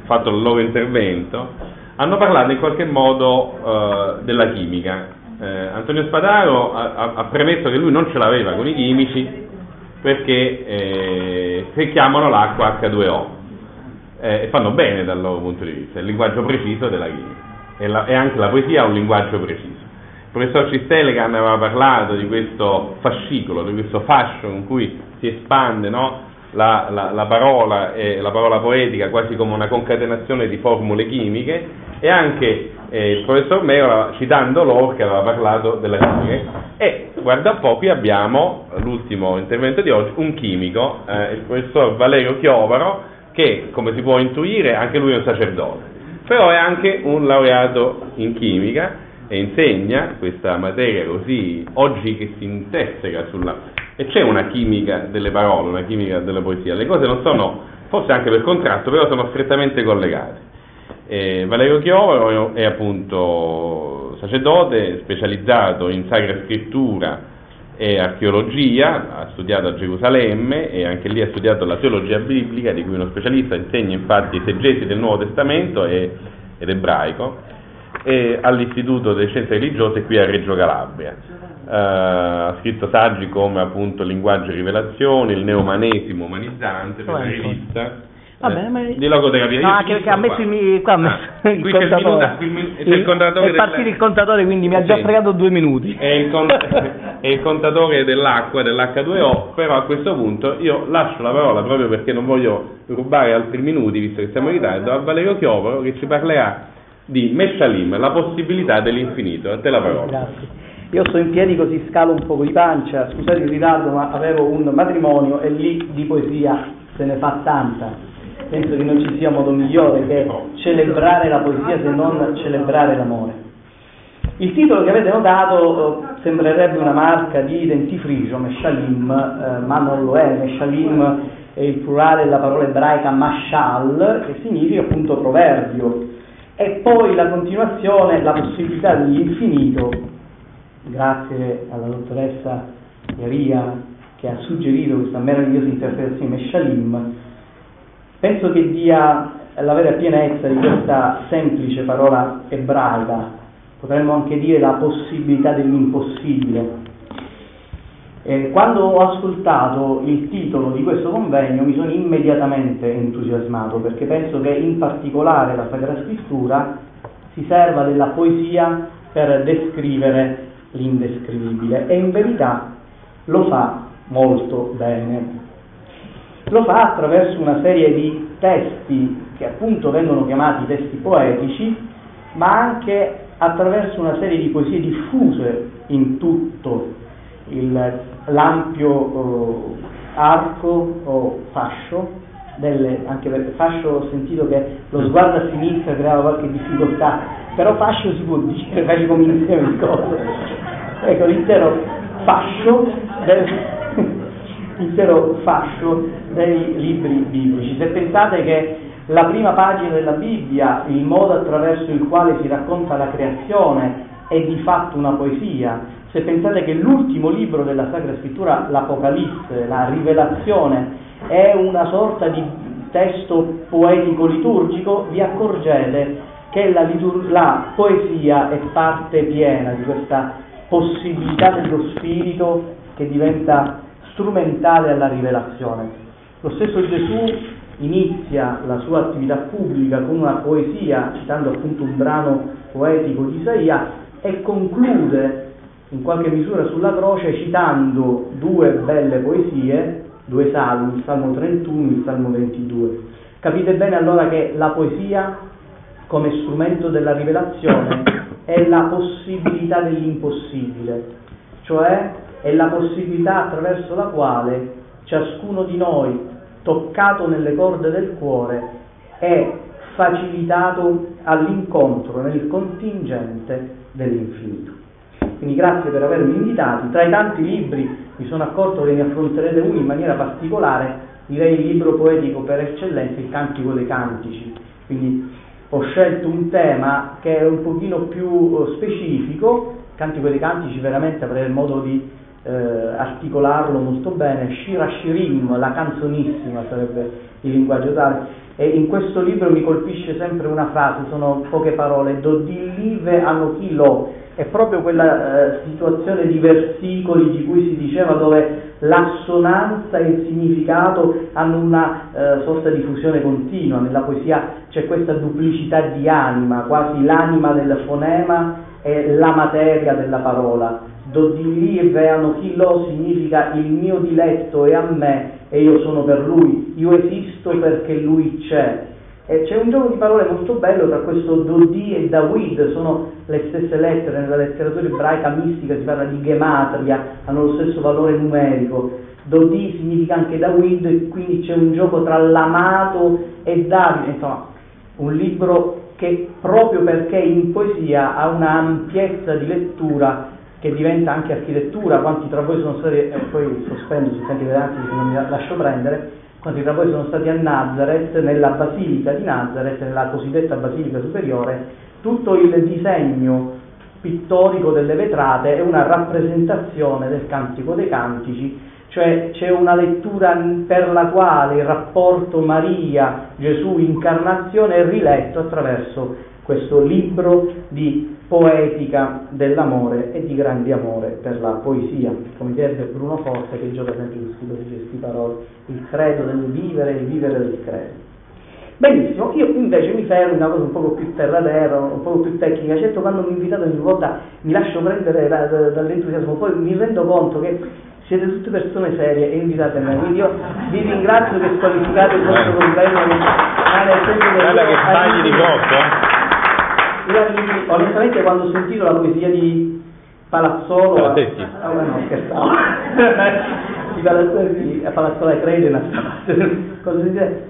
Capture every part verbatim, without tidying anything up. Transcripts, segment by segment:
fatto il loro intervento, hanno parlato in qualche modo eh, della chimica. Eh, Antonio Spadaro ha, ha premesso che lui non ce l'aveva con i chimici perché eh, si chiamano l'acqua acca due o eh, e fanno bene dal loro punto di vista, è il linguaggio preciso della chimica e, la, e anche la poesia ha un linguaggio preciso. Il professor Cistelegan aveva parlato di questo fascicolo, di questo fascio con cui si espande, no? la, la, la parola e la parola poetica quasi come una concatenazione di formule chimiche, e anche eh, il professor Mero, citando Lorca, aveva parlato della chimica. E guarda un po', qui abbiamo l'ultimo intervento di oggi, un chimico, eh, il professor Valerio Chiovaro, che come si può intuire anche lui è un sacerdote, però è anche un laureato in chimica e insegna questa materia così oggi che si interseca sulla... e c'è una chimica delle parole, una chimica della poesia, le cose non sono, forse anche per contratto, però sono strettamente collegate. Eh, Valerio Chiovaro è appunto sacerdote specializzato in Sacra Scrittura e archeologia, ha studiato a Gerusalemme e anche lì ha studiato la teologia biblica, di cui uno specialista, insegna infatti i esegesi del Nuovo Testamento e, ed ebraico, e all'Istituto delle Scienze Religiose qui a Reggio Calabria. Uh, ha scritto saggi come appunto Linguaggio e Rivelazione, il Neomanesimo umanizzante per la rivista. Va bene, ma... di logoterapia. No, anche perché ha messo il, qua ha messo ah, il qui contatore. C'è il, minuto, il, c'è il contatore. È partito del... il contatore, quindi mi ha già sì. fregato due minuti. È il, con... è il contatore dell'acqua, dell'acca due o, però a questo punto io lascio la parola, proprio perché non voglio rubare altri minuti, visto che siamo in ritardo, a Valerio Chiovaro, che ci parlerà di Meshalim, la possibilità dell'infinito. A te la parola. Grazie. Io sto in piedi così scalo un po' di pancia, scusate il ritardo, ma avevo un matrimonio e lì di poesia se ne fa tanta. Penso che non ci sia modo migliore che celebrare la poesia se non celebrare l'amore. Il titolo che avete notato eh, sembrerebbe una marca di dentifricio, Meshalim, eh, ma non lo è. Meshalim è il plurale della parola ebraica mashal, che significa appunto proverbio. E poi la continuazione, la possibilità dell'infinito, grazie alla dottoressa Iaria che ha suggerito questa meravigliosa interpretazione Meshalim, penso che dia la vera pienezza di questa semplice parola ebraica, potremmo anche dire la possibilità dell'impossibile. E quando ho ascoltato il titolo di questo convegno mi sono immediatamente entusiasmato, perché penso che in particolare la Sacra Scrittura si serva della poesia per descrivere l'indescrivibile, e in verità lo fa molto bene. Lo fa attraverso una serie di testi che appunto vengono chiamati testi poetici, ma anche attraverso una serie di poesie diffuse in tutto il, l'ampio eh, arco o fascio, delle, anche perché fascio ho sentito che lo sguardo a sinistra creava qualche difficoltà, però fascio si può dire, faccio come insieme di cose. Ecco, l'intero fascio del, l'intero fascio dei libri biblici. Se pensate che la prima pagina della Bibbia, il modo attraverso il quale si racconta la creazione, è di fatto una poesia, se pensate che l'ultimo libro della Sacra Scrittura, l'Apocalisse, la Rivelazione, è una sorta di testo poetico liturgico, vi accorgete che la, litur- la poesia è parte piena di questa possibilità dello spirito che diventa strumentale alla rivelazione. Lo stesso Gesù inizia la sua attività pubblica con una poesia, citando appunto un brano poetico di Isaia, e conclude in qualche misura sulla croce citando due belle poesie, due salmi, il Salmo trentuno e il Salmo ventidue. Capite bene allora che la poesia come strumento della rivelazione è la possibilità dell'impossibile, cioè è la possibilità attraverso la quale ciascuno di noi, toccato nelle corde del cuore, è facilitato all'incontro nel contingente dell'infinito. Quindi grazie per avermi invitati. Tra i tanti libri mi sono accorto che ne affronterete uno in maniera particolare, direi il libro poetico per eccellenza, il Cantico dei Cantici. Quindi ho scelto un tema che è un pochino più specifico. Cantico dei Cantici veramente avrei modo di eh, articolarlo molto bene, Shira Shirim, la canzonissima sarebbe il linguaggio tale. E in questo libro mi colpisce sempre una frase, sono poche parole, Dodillive Anokilo, è proprio quella eh, situazione di versicoli di cui si diceva dove l'assonanza e il significato hanno una eh, sorta di fusione continua. Nella poesia c'è questa duplicità di anima, quasi l'anima del fonema e la materia della parola. Dodillive Anokilo significa il mio diletto è a me e io sono per lui, io esisto perché lui c'è. E c'è un gioco di parole molto bello tra questo Dodi e David, sono le stesse lettere, nella letteratura ebraica mistica si parla di gematria, hanno lo stesso valore numerico. Dodi significa anche David e quindi c'è un gioco tra l'amato e Davide, insomma un libro che proprio perché in poesia ha una ampiezza di lettura che diventa anche architettura. Quanti tra voi sono stati, e eh, poi sospendo sui tempi vedanti se non mi lascio prendere, quanti tra voi sono stati a Nazareth, nella Basilica di Nazareth, nella cosiddetta Basilica Superiore, tutto il disegno pittorico delle vetrate è una rappresentazione del Cantico dei Cantici, cioè c'è una lettura per la quale il rapporto Maria-Gesù incarnazione è riletto attraverso questo libro di poetica dell'amore e di grande amore per la poesia, come direbbe Bruno Forte che gioca sempre su queste parole, il credo del vivere e il vivere del credo. Benissimo, io invece mi fermo in una cosa un po' più terra terra, un po' più tecnica. Certo, quando mi invitate ogni volta mi lascio prendere da, da, dall'entusiasmo, poi mi rendo conto che siete tutte persone serie e invitate me, quindi io vi ringrazio che squalificate il vostro compagno, ma nel senso che guarda che sbagli di grosso, eh? Io onestamente quando ho sentito la poesia di Palazzolo, Palateschi. Ah, no, scherzavo. Di Palazzolo, di Palazzolo e Credena, cosa si dice?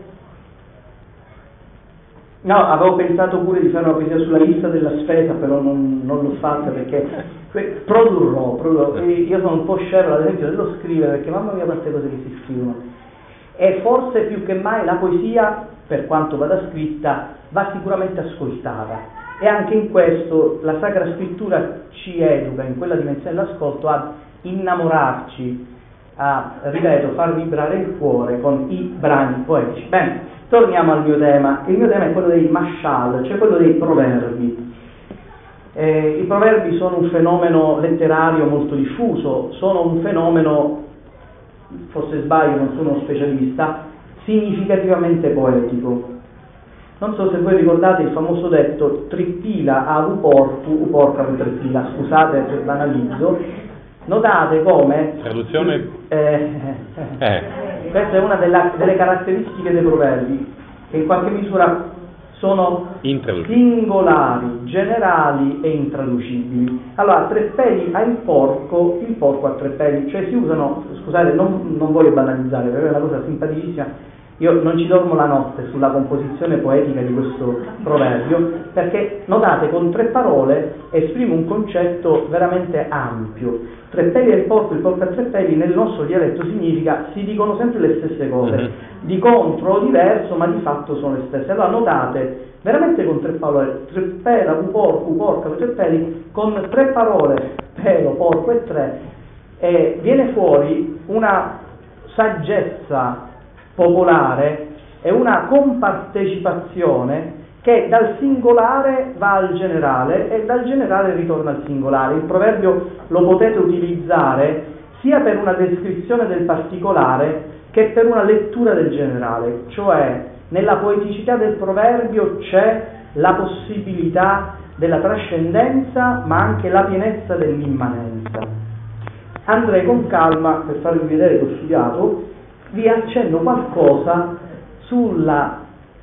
No, avevo pensato pure di fare una poesia sulla lista della spesa, però non, non l'ho fatta perché produrrò, produrrò. Io sono un po' scevro ad esempio dello scrivere perché mamma mia quante cose che si scrivono. E forse più che mai la poesia, per quanto vada scritta, va sicuramente ascoltata. E anche in questo la Sacra Scrittura ci educa, in quella dimensione dell'ascolto, a innamorarci, a, ripeto, far vibrare il cuore con i brani poetici. Bene, torniamo al mio tema. Il mio tema è quello dei mashal, cioè quello dei proverbi. Eh, I proverbi sono un fenomeno letterario molto diffuso, sono un fenomeno, forse sbaglio, non sono uno specialista, significativamente poetico. Non so se voi ricordate il famoso detto trippila ad uporcu, uporca per trippila, scusate se banalizzo, notate come... Traduzione? Eh, eh. Questa è una della, delle caratteristiche dei proverbi, che in qualche misura sono singolari, generali e intraducibili. Allora, tre peli ha il porco, il porco ha tre peli, cioè si usano, scusate, non, non voglio banalizzare, perché è una cosa simpaticissima. Io non ci dormo la notte sulla composizione poetica di questo proverbio, perché notate con tre parole esprime un concetto veramente ampio. Tre peli al porco, il porco a tre peli nel nostro dialetto significa si dicono sempre le stesse cose, mm-hmm. di contro diverso ma di fatto sono le stesse. Allora notate veramente con tre parole, tre pela, un porco, un porca, tre peli, con tre parole, pelo, porco e tre, e viene fuori una saggezza popolare è una compartecipazione che dal singolare va al generale e dal generale ritorna al singolare. Il proverbio lo potete utilizzare sia per una descrizione del particolare che per una lettura del generale, cioè nella poeticità del proverbio c'è la possibilità della trascendenza ma anche la pienezza dell'immanenza. Andrei con calma, per farvi vedere che ho studiato, vi accenno qualcosa sulla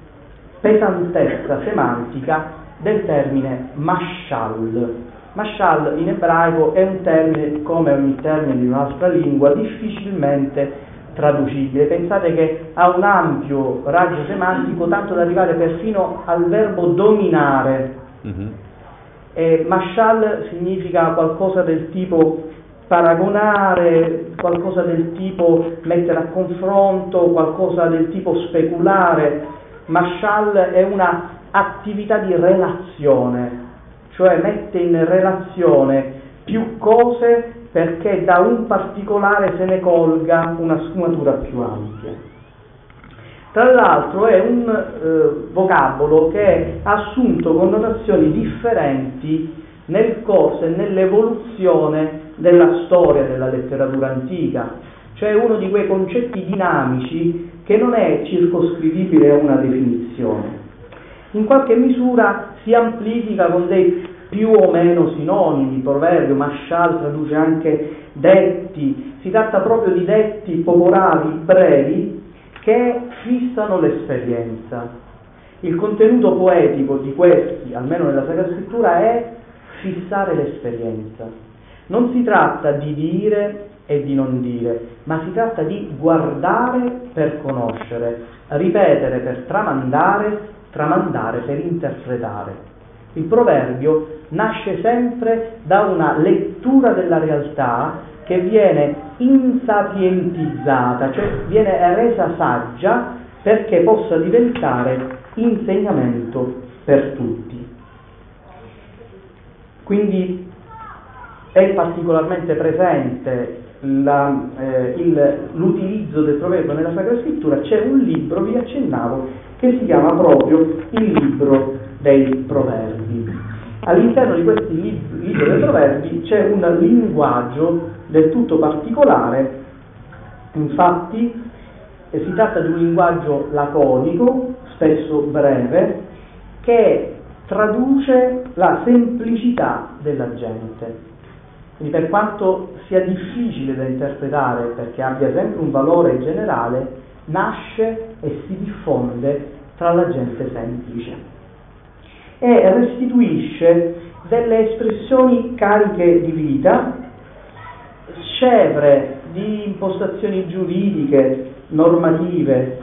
pesantezza semantica del termine mashal. Mashal in ebraico è un termine, come ogni termine di un'altra lingua, difficilmente traducibile. Pensate che ha un ampio raggio semantico, tanto da arrivare perfino al verbo dominare. Mm-hmm. E mashal significa qualcosa del tipo paragonare, qualcosa del tipo mettere a confronto, qualcosa del tipo speculare. Mashal è una attività di relazione, cioè mette in relazione più cose perché da un particolare se ne colga una sfumatura più ampia. Tra l'altro è un eh, vocabolo che ha assunto connotazioni differenti nel corso e nell'evoluzione della storia della letteratura antica, cioè uno di quei concetti dinamici che non è circoscrivibile a una definizione. In qualche misura si amplifica con dei più o meno sinonimi, proverbio, Mashal traduce anche detti, si tratta proprio di detti popolari brevi che fissano l'esperienza. Il contenuto poetico di questi, almeno nella Sacra Scrittura, è fissare l'esperienza. Non si tratta di dire e di non dire, ma si tratta di guardare per conoscere, ripetere per tramandare, tramandare per interpretare. Il proverbio nasce sempre da una lettura della realtà che viene insapientizzata, cioè viene resa saggia perché possa diventare insegnamento per tutti. Quindi è particolarmente presente la, eh, il, l'utilizzo del proverbio nella Sacra Scrittura. C'è un libro, vi accennavo, che si chiama proprio il libro dei proverbi. All'interno di questi libri, libro dei proverbi c'è un linguaggio del tutto particolare, infatti eh, si tratta di un linguaggio laconico, spesso breve, che traduce la semplicità della gente. Quindi per quanto sia difficile da interpretare perché abbia sempre un valore generale, nasce e si diffonde tra la gente semplice e restituisce delle espressioni cariche di vita, scevre di impostazioni giuridiche, normative,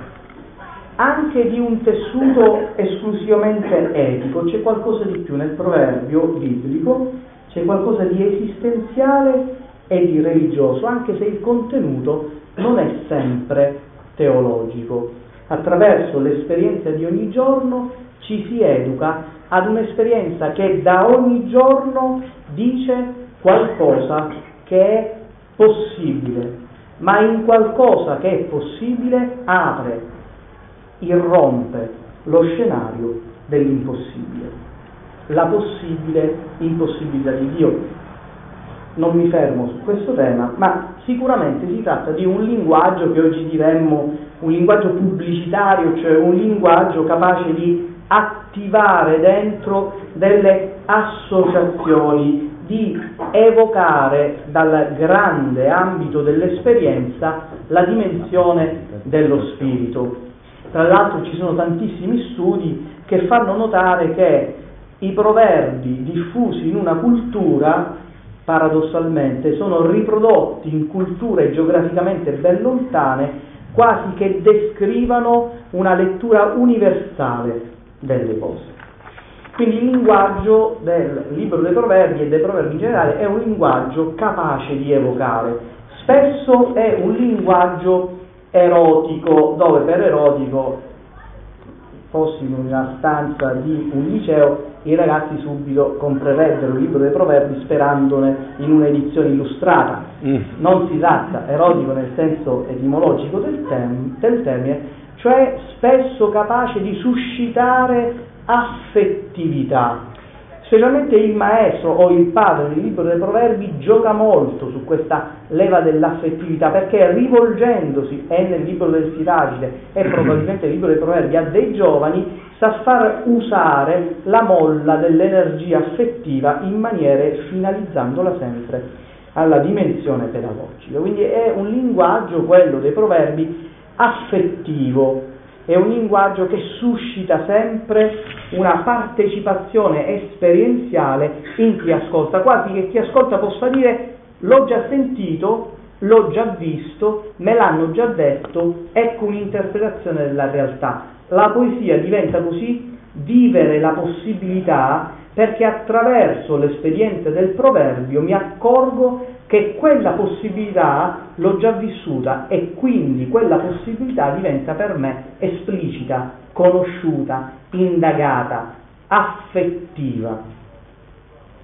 anche di un tessuto esclusivamente etico. C'è qualcosa di più nel proverbio biblico, c'è qualcosa di esistenziale e di religioso, anche se il contenuto non è sempre teologico. Attraverso l'esperienza di ogni giorno ci si educa ad un'esperienza che da ogni giorno dice qualcosa che è possibile, ma in qualcosa che è possibile apre, irrompe lo scenario dell'impossibile, la possibile impossibilità di Dio. Non mi fermo su questo tema, ma sicuramente si tratta di un linguaggio che oggi diremmo un linguaggio pubblicitario, cioè un linguaggio capace di attivare dentro delle associazioni, di evocare dal grande ambito dell'esperienza la dimensione dello spirito. Tra l'altro ci sono tantissimi studi che fanno notare che i proverbi diffusi in una cultura, paradossalmente, sono riprodotti in culture geograficamente ben lontane, quasi che descrivano una lettura universale delle cose. Quindi il linguaggio del libro dei proverbi e dei proverbi in generale è un linguaggio capace di evocare. Spesso è un linguaggio erotico, dove per erotico, fossi in una stanza di un liceo, i ragazzi subito comprerebbero il libro dei proverbi sperandone in un'edizione illustrata. Mm. Non si tratta erotico nel senso etimologico del, tem- del termine, cioè spesso capace di suscitare affettività. Specialmente il maestro o il padre del libro dei proverbi gioca molto su questa leva dell'affettività, perché rivolgendosi, è nel libro del Siracide e probabilmente nel libro dei proverbi, a dei giovani, sa far usare la molla dell'energia affettiva in maniere finalizzandola sempre alla dimensione pedagogica. Quindi è un linguaggio, quello dei proverbi, affettivo. È un linguaggio che suscita sempre una partecipazione esperienziale in chi ascolta, quasi che chi ascolta possa dire: l'ho già sentito, l'ho già visto, me l'hanno già detto, ecco un'interpretazione della realtà. La poesia diventa così vivere la possibilità, perché attraverso l'esperienza del proverbio mi accorgo che quella possibilità l'ho già vissuta e quindi quella possibilità diventa per me esplicita, conosciuta, indagata, affettiva.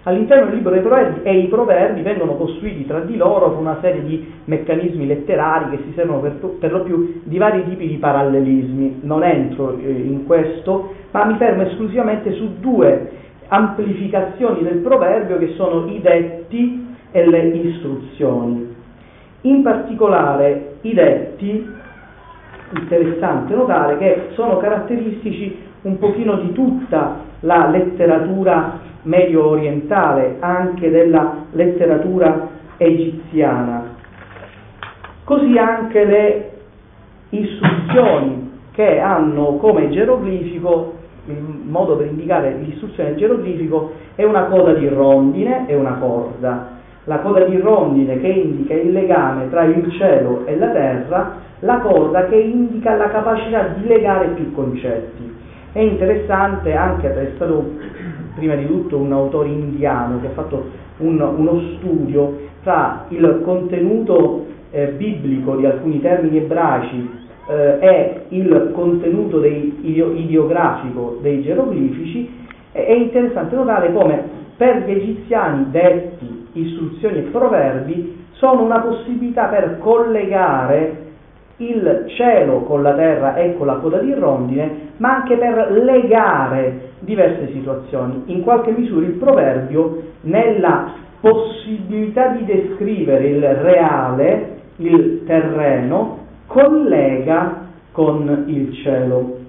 all'interno del libro dei proverbi, e i proverbi vengono costruiti tra di loro con una serie di meccanismi letterari che si servono per, per lo più di vari tipi di parallelismi. Non entro eh, in questo, ma mi fermo esclusivamente su due amplificazioni del proverbio che sono i detti e le istruzioni. In particolare i detti, interessante notare che sono caratteristici un pochino di tutta la letteratura medio orientale, anche della letteratura egiziana. Così anche le istruzioni, che hanno come geroglifico, il modo per indicare l'istruzione del geroglifico è una coda di rondine e una corda. La coda di rondine che indica il legame tra il cielo e la terra, la corda che indica la capacità di legare più concetti. È interessante anche, è stato prima di tutto un autore indiano che ha fatto un, uno studio tra il contenuto eh, biblico di alcuni termini ebraici eh, e il contenuto dei, ideografico dei geroglifici. È interessante notare come per gli egiziani detti, istruzioni e proverbi sono una possibilità per collegare il cielo con la terra e con la coda di rondine, ma anche per legare diverse situazioni. In qualche misura il proverbio, nella possibilità di descrivere il reale, il terreno, collega con il cielo.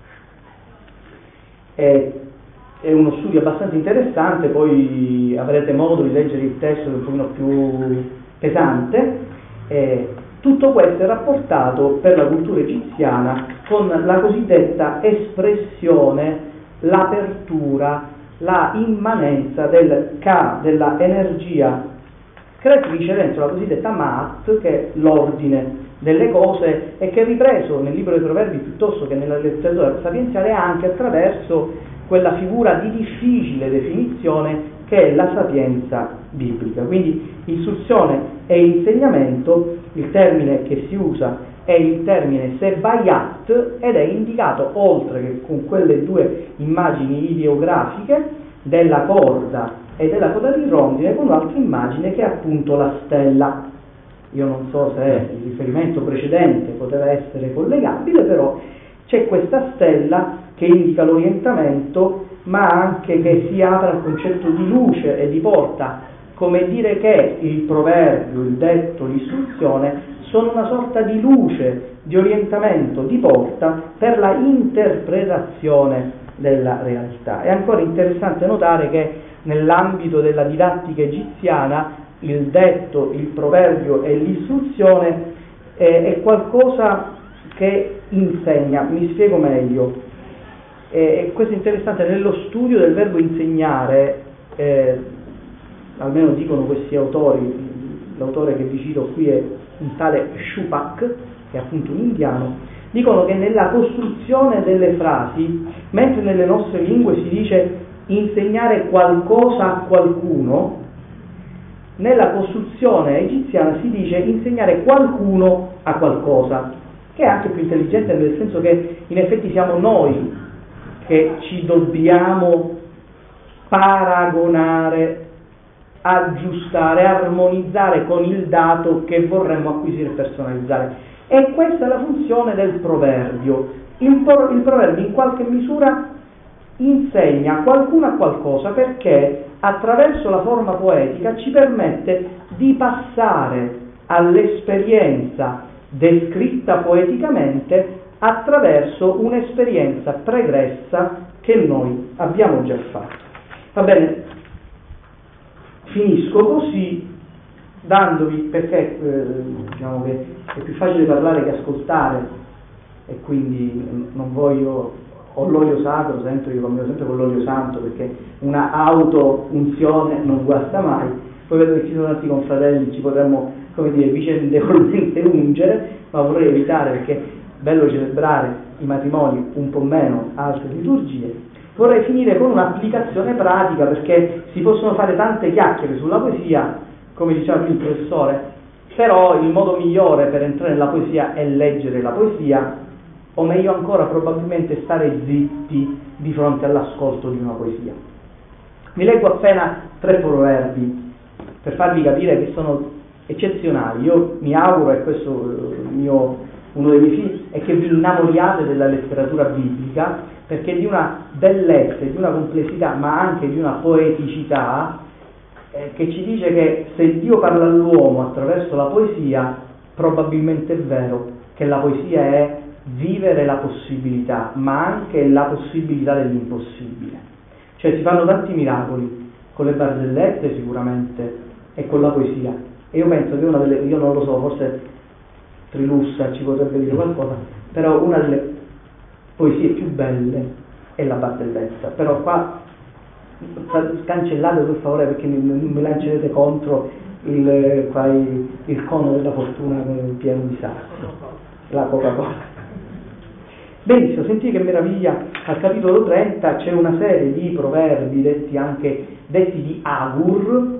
È, è uno studio abbastanza interessante, poi avrete modo di leggere il testo che è un pochino più pesante. Eh, Tutto questo è rapportato per la cultura egiziana con la cosiddetta espressione, l'apertura, la immanenza del Ka, della energia creatrice dentro la cosiddetta Ma'at, che è l'ordine delle cose, e che è ripreso nel libro dei proverbi piuttosto che nella letteratura sapienziale anche attraverso quella figura di difficile definizione che è la sapienza biblica. Quindi istruzione e insegnamento, il termine che si usa è il termine sebayat ed è indicato, oltre che con quelle due immagini ideografiche della corda e della coda di rondine, con un'altra immagine che è appunto la stella. Io non so se il riferimento precedente poteva essere collegabile, però c'è questa stella che indica l'orientamento, ma anche che si apre al concetto di luce e di porta, come dire che il proverbio, il detto, l'istruzione sono una sorta di luce, di orientamento, di porta per la interpretazione della realtà. È ancora interessante notare che nell'ambito della didattica egiziana il detto, il proverbio e l'istruzione eh, è qualcosa che insegna. Mi spiego meglio. E questo è interessante, nello studio del verbo insegnare, eh, almeno dicono questi autori, l'autore che vi cito qui è un tale Shupak, che è appunto un indiano, dicono che nella costruzione delle frasi, mentre nelle nostre lingue si dice insegnare qualcosa a qualcuno, nella costruzione egiziana si dice insegnare qualcuno a qualcosa, che è anche più intelligente, nel senso che in effetti siamo noi che ci dobbiamo paragonare, aggiustare, armonizzare con il dato che vorremmo acquisire e personalizzare. E questa è la funzione del proverbio. Il, pro- il proverbio in qualche misura insegna qualcuno a qualcosa, perché attraverso la forma poetica ci permette di passare all'esperienza descritta poeticamente attraverso un'esperienza pregressa che noi abbiamo già fatto. Va bene, finisco così dandovi, perché eh, diciamo che è più facile parlare che ascoltare, e quindi non voglio, ho l'olio sacro, sento io cammino sempre con l'olio santo, perché una auto-unzione non guasta mai. Poi vedo che ci sono tanti confratelli, ci potremmo, come dire, vicendevolmente ungere, ma vorrei evitare, perché è bello celebrare i matrimoni, un po' meno altre liturgie. Vorrei finire con un'applicazione pratica, perché si possono fare tante chiacchiere sulla poesia, come diceva il professore, però il modo migliore per entrare nella poesia è leggere la poesia, o meglio ancora probabilmente stare zitti di fronte all'ascolto di una poesia. Vi leggo appena tre proverbi per farvi capire che sono eccezionali. Io mi auguro, e questo è mio, uno dei miei figli, è che vi innamoriate della letteratura biblica, perché di una bellezza, di una complessità, ma anche di una poeticità, eh, che ci dice che se Dio parla all'uomo attraverso la poesia, probabilmente è vero che la poesia è vivere la possibilità, ma anche la possibilità dell'impossibile. Cioè si fanno tanti miracoli con le barzellette sicuramente e con la poesia, e io penso che una delle, io non lo so, forse Trilussa ci potrebbe dire qualcosa, però una delle poesie più belle è la barzelletta. Però qua cancellate per favore, perché mi, mi lancerete contro il, qua, il, il cono della fortuna pieno di sasso, la Coca-Cola. Benissimo, sentite che meraviglia, al capitolo trenta c'è una serie di proverbi detti anche detti di agur,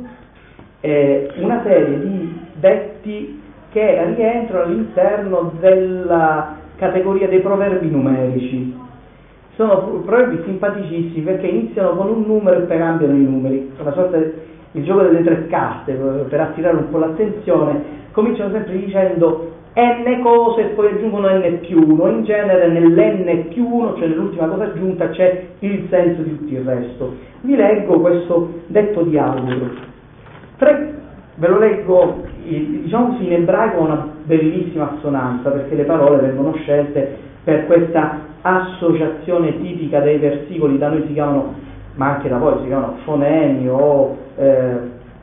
eh, una serie di detti che rientrano all'interno della categoria dei proverbi numerici. Sono proverbi simpaticissimi perché iniziano con un numero e poi cambiano i numeri, una sorta di il gioco delle tre carte, per attirare un po' l'attenzione. Cominciano sempre dicendo n cose e poi aggiungono n più uno, in genere nell'n più uno, cioè nell'ultima cosa aggiunta, c'è il senso di tutto il resto. Vi leggo questo detto di Agur. Tre, ve lo leggo, diciamo così, in ebraico, una bellissima assonanza, perché le parole vengono scelte per questa associazione tipica dei versicoli. Da noi si chiamano, ma anche da voi si chiamano fonemi o eh,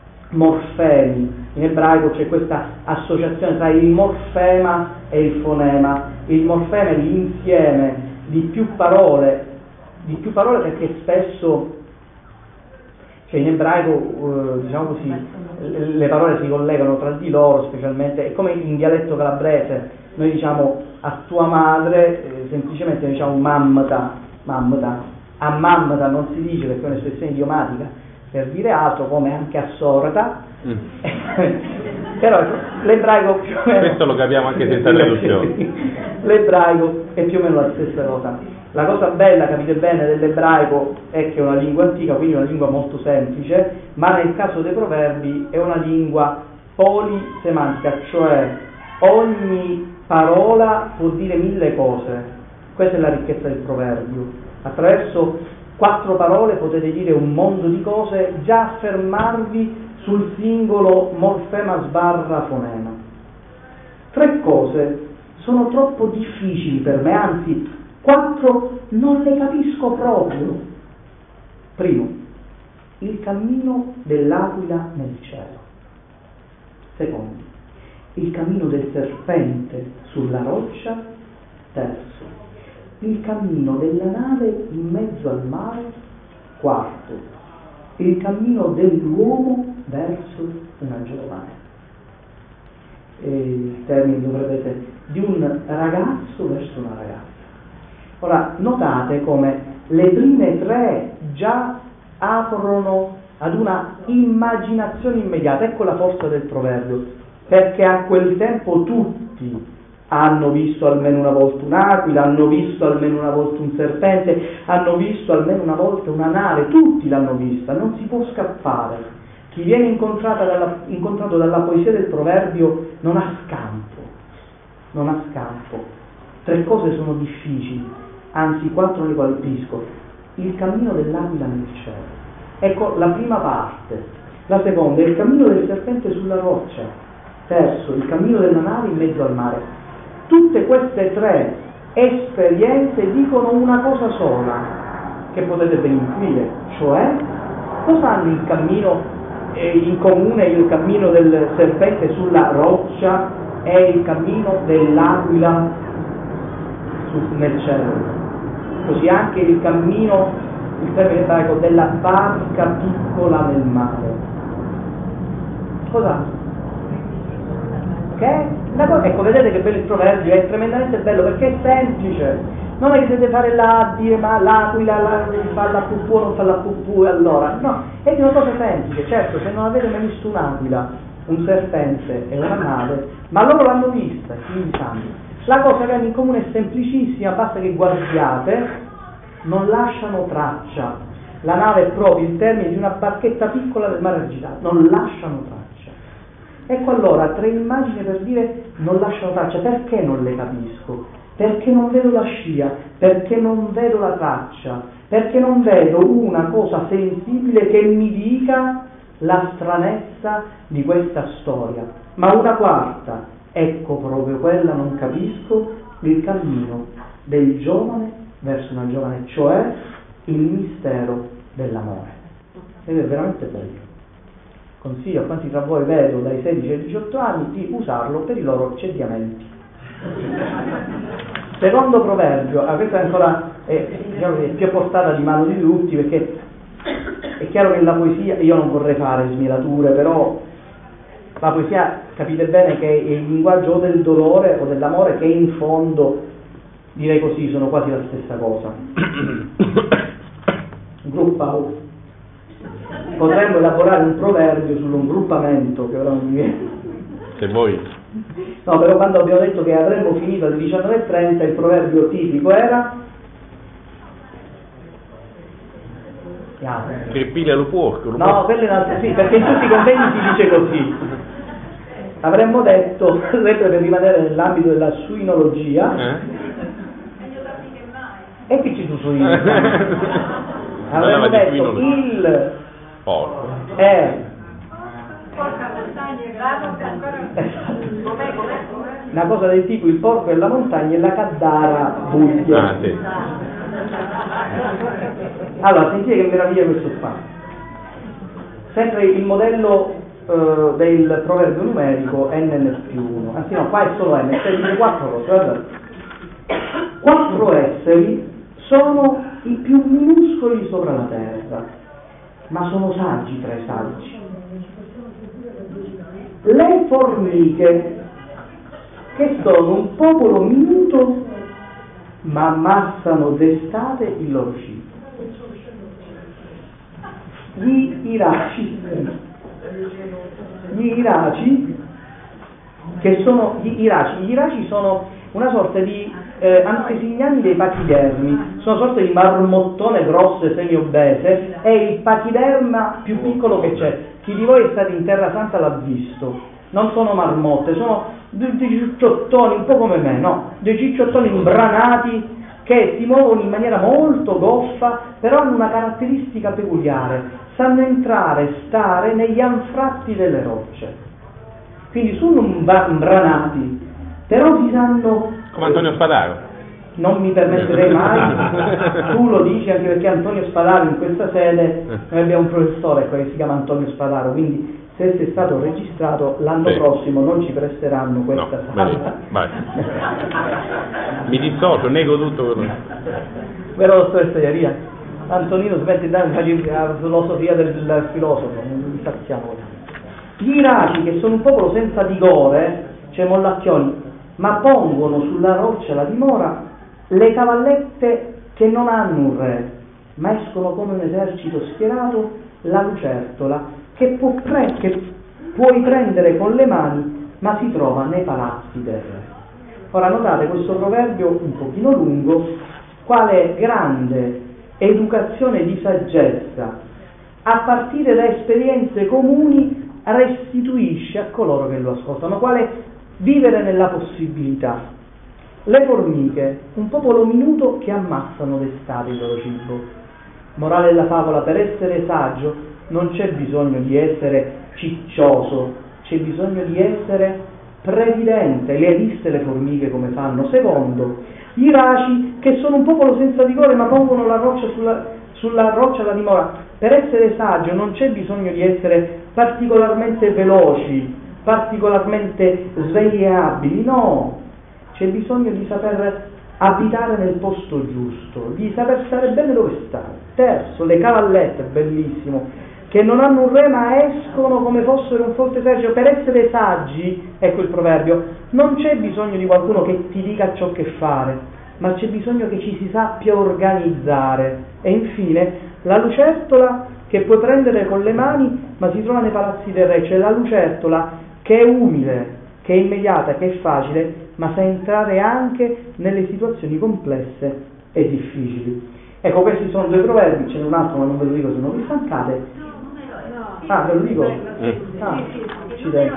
morfemi. In ebraico c'è questa associazione tra il morfema e il fonema. Il morfema è l'insieme di più parole, di più parole perché spesso, cioè in ebraico, eh, diciamo così, le parole si collegano tra di loro, specialmente, è come in dialetto calabrese, noi diciamo a tua madre, eh, semplicemente diciamo mammata, mammata, a mammata non si dice perché è un'espressione idiomatica per dire altro, come anche a sorta, mm. Però l'ebraico più o meno, questo lo capiamo anche senza traduzione. L'ebraico è più o meno la stessa cosa. La cosa bella, capite bene, dell'ebraico è che è una lingua antica, quindi una lingua molto semplice, ma nel caso dei proverbi è una lingua polisemantica, cioè ogni parola può dire mille cose. Questa è la ricchezza del proverbio. Attraverso quattro parole potete dire un mondo di cose, già affermarvi sul singolo morfema sbarra fonema. Tre cose sono troppo difficili per me, anzi quattro non le capisco proprio. Primo, il cammino dell'aquila nel cielo. Secondo, il cammino del serpente sulla roccia. Terzo, il cammino della nave in mezzo al mare. Quarto, il cammino dell'uomo verso una giovane. E il termine dovrebbe essere di un ragazzo verso una ragazza. Ora, notate come le prime tre già aprono ad una immaginazione immediata. Ecco la forza del proverbio, perché a quel tempo tutti hanno visto almeno una volta un'aquila, hanno visto almeno una volta un serpente, hanno visto almeno una volta una nave, tutti l'hanno vista, non si può scappare. Chi viene incontrata dalla, incontrato dalla poesia del proverbio non ha scampo, non ha scampo. Tre cose sono difficili, anzi quattro le colpisco. Il cammino dell'aquila nel cielo, ecco la prima parte. La seconda è il cammino del serpente sulla roccia. Terzo, il cammino della nave in mezzo al mare. Tutte queste tre esperienze dicono una cosa sola, che potete ben intuire, cioè cosa hanno il cammino eh, in comune, il cammino del serpente sulla roccia e il cammino dell'aquila su, nel cielo. Così anche il cammino, il termine ebraico, della barca piccola nel mare. Cosa? Che? La cosa, ecco, vedete che bello il proverbio, è tremendamente bello perché è semplice. Non è che dovete fare la dire ma l'aquila la, fa la pupù o non fa la pupù, allora no, è di una cosa semplice. Certo, se non avete mai visto un'aquila, un serpente e una nave, ma loro l'hanno vista, quindi sanno. La cosa che hanno in comune è semplicissima, basta che guardiate, non lasciano traccia. La nave è proprio il termine di una barchetta piccola del mare agitato, non lasciano traccia. Ecco allora tre immagini per dire non lasciano traccia. Perché non le capisco? Perché non vedo la scia, perché non vedo la traccia, perché non vedo una cosa sensibile che mi dica la stranezza di questa storia. Ma una quarta, ecco proprio quella non capisco, il cammino del giovane verso una giovane, cioè il mistero dell'amore. Ed è veramente bello. Consiglio a quanti tra voi vedo dai sedici ai diciotto anni di usarlo per i loro cediamenti. Secondo proverbio, ah, questa è ancora è, diciamo, è più a portata di mano di tutti, perché è chiaro che nella poesia, io non vorrei fare smielature, però la poesia capite bene che è il linguaggio o del dolore o dell'amore, che in fondo, direi così, sono quasi la stessa cosa. Gruppa, potremmo elaborare un proverbio sull'ungruppamento, che ora non mi viene. Se vuoi. No, però quando abbiamo detto che avremmo finito alle diciannove e trenta, il proverbio tipico era che piglia lo porco. Lo no, porco. quello è un altro, sì, perché in tutti i convegni si dice così. Avremmo detto, sempre per rimanere nell'ambito della suinologia, eh? E che ci tu suino? Avremmo detto il porco è una cosa del tipo il porco e la montagna e la caddara buia. Ah, sì. Allora, sentite che meraviglia questo qua. Sempre il modello uh, del proverbio numerico n n più uno. Anzi no, qua è solo n, cioè dice quattro cose, guardate. Quattro esseri sono i più minuscoli sopra la terra, ma sono saggi tra i saggi. Le formiche, che sono un popolo minuto, ma ammassano d'estate il loro cibo. Gli iraci, gli iraci, che sono gli iraci, gli iraci sono una sorta di eh, antesignani dei pachidermi, sono una sorta di marmottone grosso e semi-obese, è il pachiderma più piccolo che c'è. Chi di voi è stato in Terra Santa l'ha visto. Non sono marmotte, sono dei, dei cicciottoni, un po' come me, no? Dei cicciottoni imbranati che si muovono in maniera molto goffa, però hanno una caratteristica peculiare: sanno entrare e stare negli anfratti delle rocce. Quindi sono imbranati, però si sanno... Come Antonio Spadaro. Non mi permetterei mai, tu lo dici anche perché Antonio Spadaro in questa sede, noi abbiamo un professore che si chiama Antonio Spadaro, quindi se sei stato registrato l'anno sì. prossimo non ci presteranno questa no, sala. Vai. Mi dissocio, nego tutto quello. Vero dottore Stagliaria? Antonino smetti di dare la filosofia del, del filosofo, non mi sappiamo. Gli iraci, che sono un popolo senza vigore, cioè mollacchioni, ma pongono sulla roccia la dimora, le cavallette che non hanno un re, ma escono come un esercito schierato, la lucertola, che, può pre- che puoi prendere con le mani, ma si trova nei palazzi del re. Ora notate questo proverbio un pochino lungo, quale grande educazione di saggezza, a partire da esperienze comuni, restituisce a coloro che lo ascoltano, quale vivere nella possibilità. Le formiche, un popolo minuto che ammassano d'estate il loro cibo. Morale della favola: per essere saggio non c'è bisogno di essere ciccioso, c'è bisogno di essere previdente. Le hai viste le formiche come fanno? Secondo, gli iraci, che sono un popolo senza vigore ma pongono la roccia sulla, sulla roccia la dimora. Per essere saggio non c'è bisogno di essere particolarmente veloci, particolarmente svegliabili, no, c'è bisogno di saper abitare nel posto giusto, di saper stare bene dove stare. Terzo, le cavallette, bellissimo, che non hanno un re ma escono come fossero un forte esercito. Per essere saggi, ecco il proverbio, non c'è bisogno di qualcuno che ti dica ciò che fare, ma c'è bisogno che ci si sappia organizzare. E infine, la lucertola, che puoi prendere con le mani ma si trova nei palazzi del re, cioè la lucertola che è umile, che è immediata, che è facile, ma sa entrare anche nelle situazioni complesse e difficili. Ecco, questi sono due proverbi, ce n'è un altro ma non ve lo dico se non vi stancate. Ah, ve lo dico? Ah, accidenti.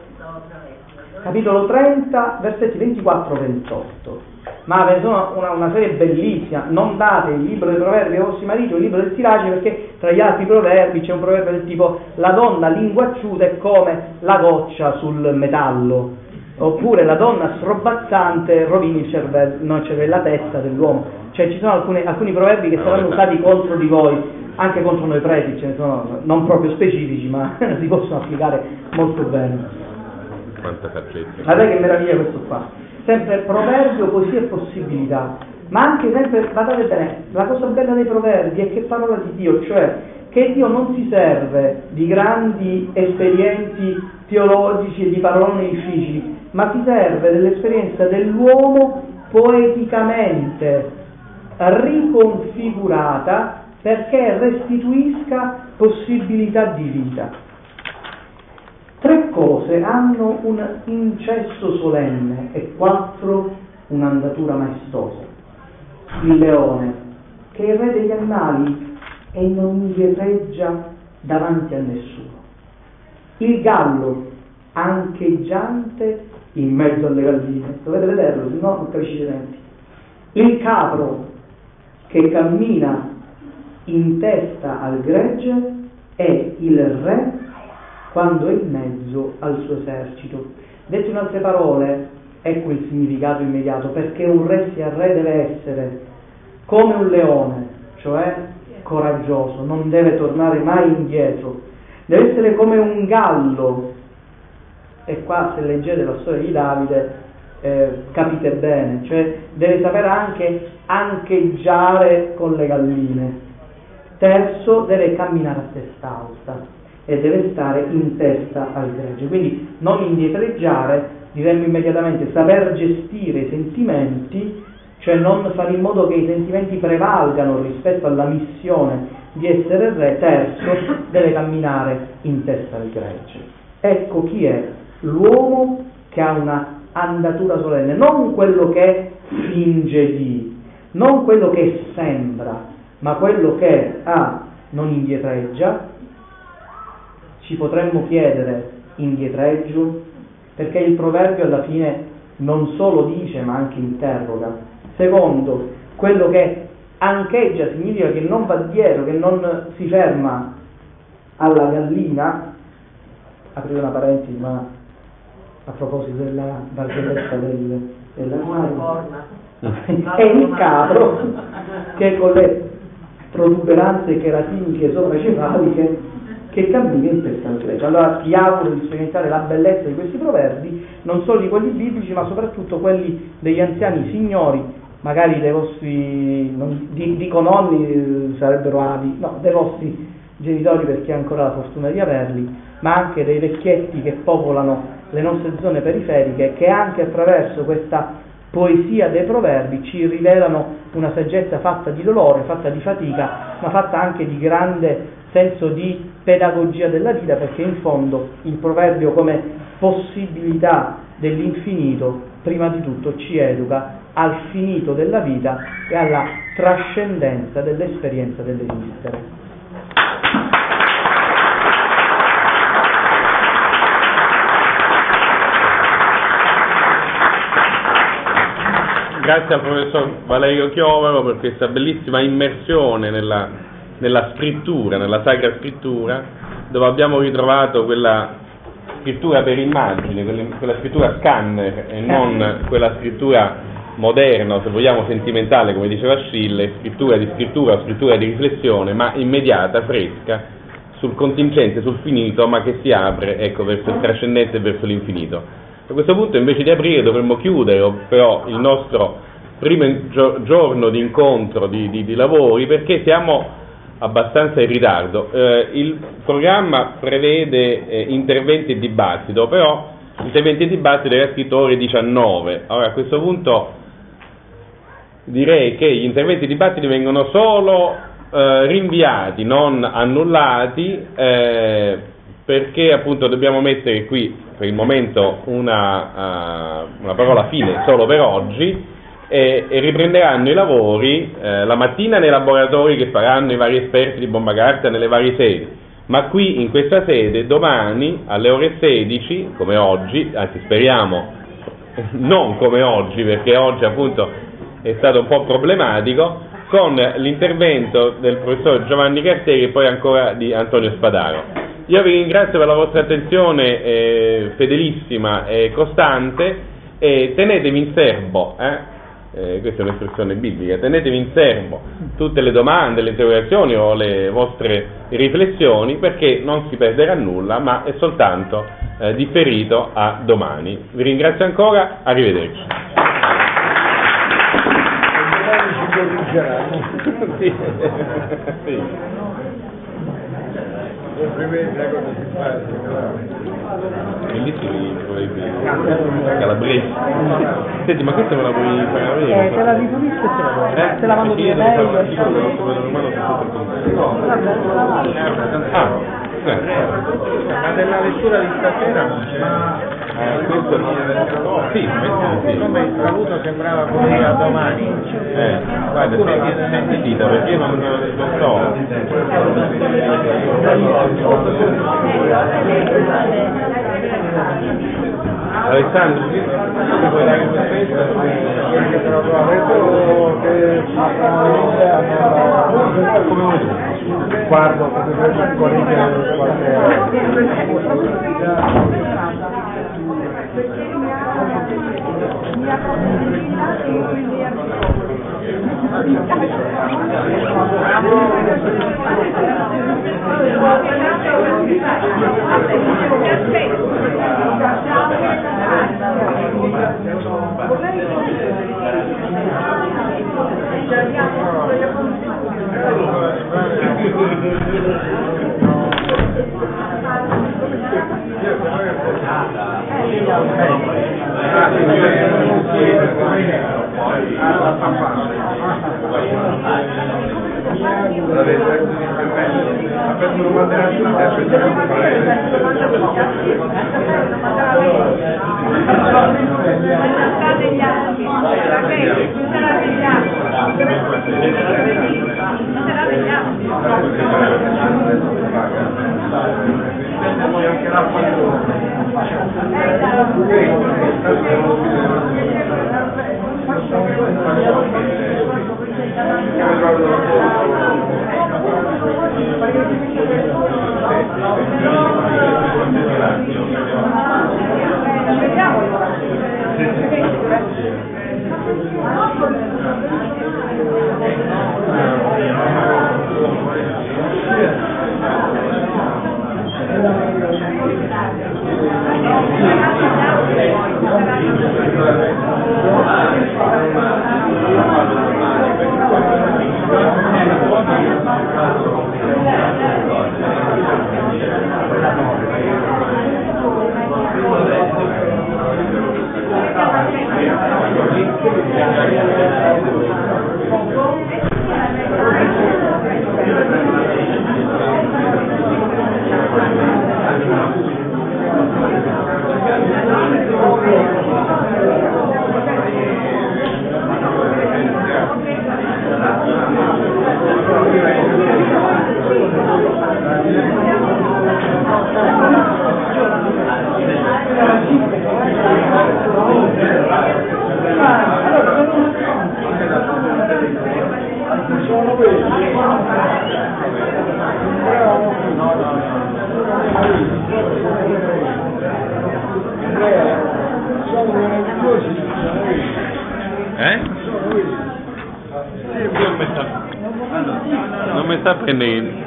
Capitolo trenta, versetti ventiquattro ventotto. Ma ve ne sono una, una serie bellissima. Non date il libro dei proverbi ai vostri mariti o il libro del Siracide, perché tra gli altri proverbi c'è un proverbio del tipo: la donna linguacciuta è come la goccia sul metallo, oppure la donna srobazzante rovini il cervello, non il cervello, la testa dell'uomo. Cioè ci sono alcune, alcuni proverbi che saranno usati contro di voi, anche contro noi preti, ce ne sono non proprio specifici, ma si possono applicare molto bene. Quanta saggezza. Guardate che meraviglia questo qua. Sempre proverbio, poesia e possibilità, ma anche sempre, guardate bene, la cosa bella dei proverbi è che parola di Dio, cioè che Dio non si serve di grandi esperienze teologici e di parole difficili, ma si serve dell'esperienza dell'uomo poeticamente riconfigurata perché restituisca possibilità di vita. Tre cose hanno un incesso solenne e quattro un'andatura maestosa. Il leone, che è il re degli animali e non indietreggia davanti a nessuno. Il gallo, ancheggiante in mezzo alle galline. Dovete vederlo, se no non capisci denti. Il capro, che cammina in testa al gregge, e il re quando è in mezzo al suo esercito. Detto in altre parole, ecco il significato immediato: perché un re sia re deve essere come un leone, cioè coraggioso, non deve tornare mai indietro, deve essere come un gallo, e qua se leggete la storia di Davide eh, capite bene, cioè deve sapere anche ancheggiare con le galline. Terzo, deve camminare a testa alta e deve stare in testa al gregge, quindi non indietreggiare, diremmo immediatamente saper gestire i sentimenti, cioè non fare in modo che i sentimenti prevalgano rispetto alla missione di essere re. Terzo, deve camminare in testa al gregge. Ecco chi è l'uomo che ha una andatura solenne, non quello che finge di, non quello che sembra, ma quello che ah, non indietreggia. Ci potremmo chiedere: indietreggio? Perché il proverbio alla fine non solo dice ma anche interroga. Secondo, quello che ancheggia significa che non va dietro, che non si ferma alla gallina. Aprire una parentesi, ma a proposito della barzelletta del, dell'armadio, è il capro che con le protuberanze cheratiniche sopracefaliche che cammina in testa al gregge. Allora ti auguro di sperimentare la bellezza di questi proverbi, non solo di quelli biblici, ma soprattutto quelli degli anziani signori, magari dei vostri, non, dico nonni, sarebbero avi, no, dei vostri genitori, per chi ha ancora la fortuna di averli, ma anche dei vecchietti che popolano le nostre zone periferiche, che anche attraverso questa poesia dei proverbi ci rivelano una saggezza fatta di dolore, fatta di fatica, ma fatta anche di grande senso di pedagogia della vita, perché in fondo il proverbio, come possibilità dell'infinito, prima di tutto ci educa al finito della vita e alla trascendenza dell'esperienza dell'esistere. Grazie al professor Valerio Chiovaro per questa bellissima immersione nella, nella scrittura, nella Sacra Scrittura, dove abbiamo ritrovato quella scrittura per immagine, quella scrittura scanner e non quella scrittura moderna, se vogliamo sentimentale, come diceva Schiller, scrittura di scrittura o scrittura di riflessione, ma immediata, fresca, sul contingente, sul finito, ma che si apre, ecco, verso il trascendente e verso l'infinito. A questo punto, invece di aprire, dovremmo chiudere però il nostro primo giorno di incontro di, di, di lavori, perché siamo abbastanza in ritardo. Eh, il programma prevede eh, interventi e dibattito, però interventi e dibattito era scritto ore diciannove. Ora, a questo punto direi che gli interventi e dibattiti vengono solo eh, rinviati, non annullati, eh, perché appunto dobbiamo mettere qui per il momento una, uh, una parola fine solo per oggi, e, e riprenderanno i lavori eh, la mattina nei laboratori che faranno i vari esperti di bomba carta nelle varie sedi, ma qui in questa sede domani alle ore sedici, come oggi, anzi speriamo non come oggi, perché oggi appunto è stato un po' problematico, con l'intervento del professor Giovanni Carteri e poi ancora di Antonio Spadaro. Io vi ringrazio per la vostra attenzione eh, fedelissima e costante, e tenetevi in serbo, eh? Eh, questa è un'espressione biblica, tenetevi in serbo tutte le domande, le interrogazioni o le vostre riflessioni, perché non si perderà nulla, ma è soltanto eh, differito a domani. Vi ringrazio ancora, arrivederci. Sì. Sì. Bellissimi i calabresi. Senti, ma questa me la puoi fare vedere? Eh, te la ripulisco e te la do. Eh? Te la mando via lei. Ah, eh. Ma nella lettura di stasera non c'è. Eh, questo non è... Sì, sì. Come il saluto sembrava come a domani. Eh, guarda, senti, senti Tita, perché io non, non so. Alessandro, ti puoi dare questa? Come vuoi tu? Guardo, potete correggere Eh? Non mi sta prendendo.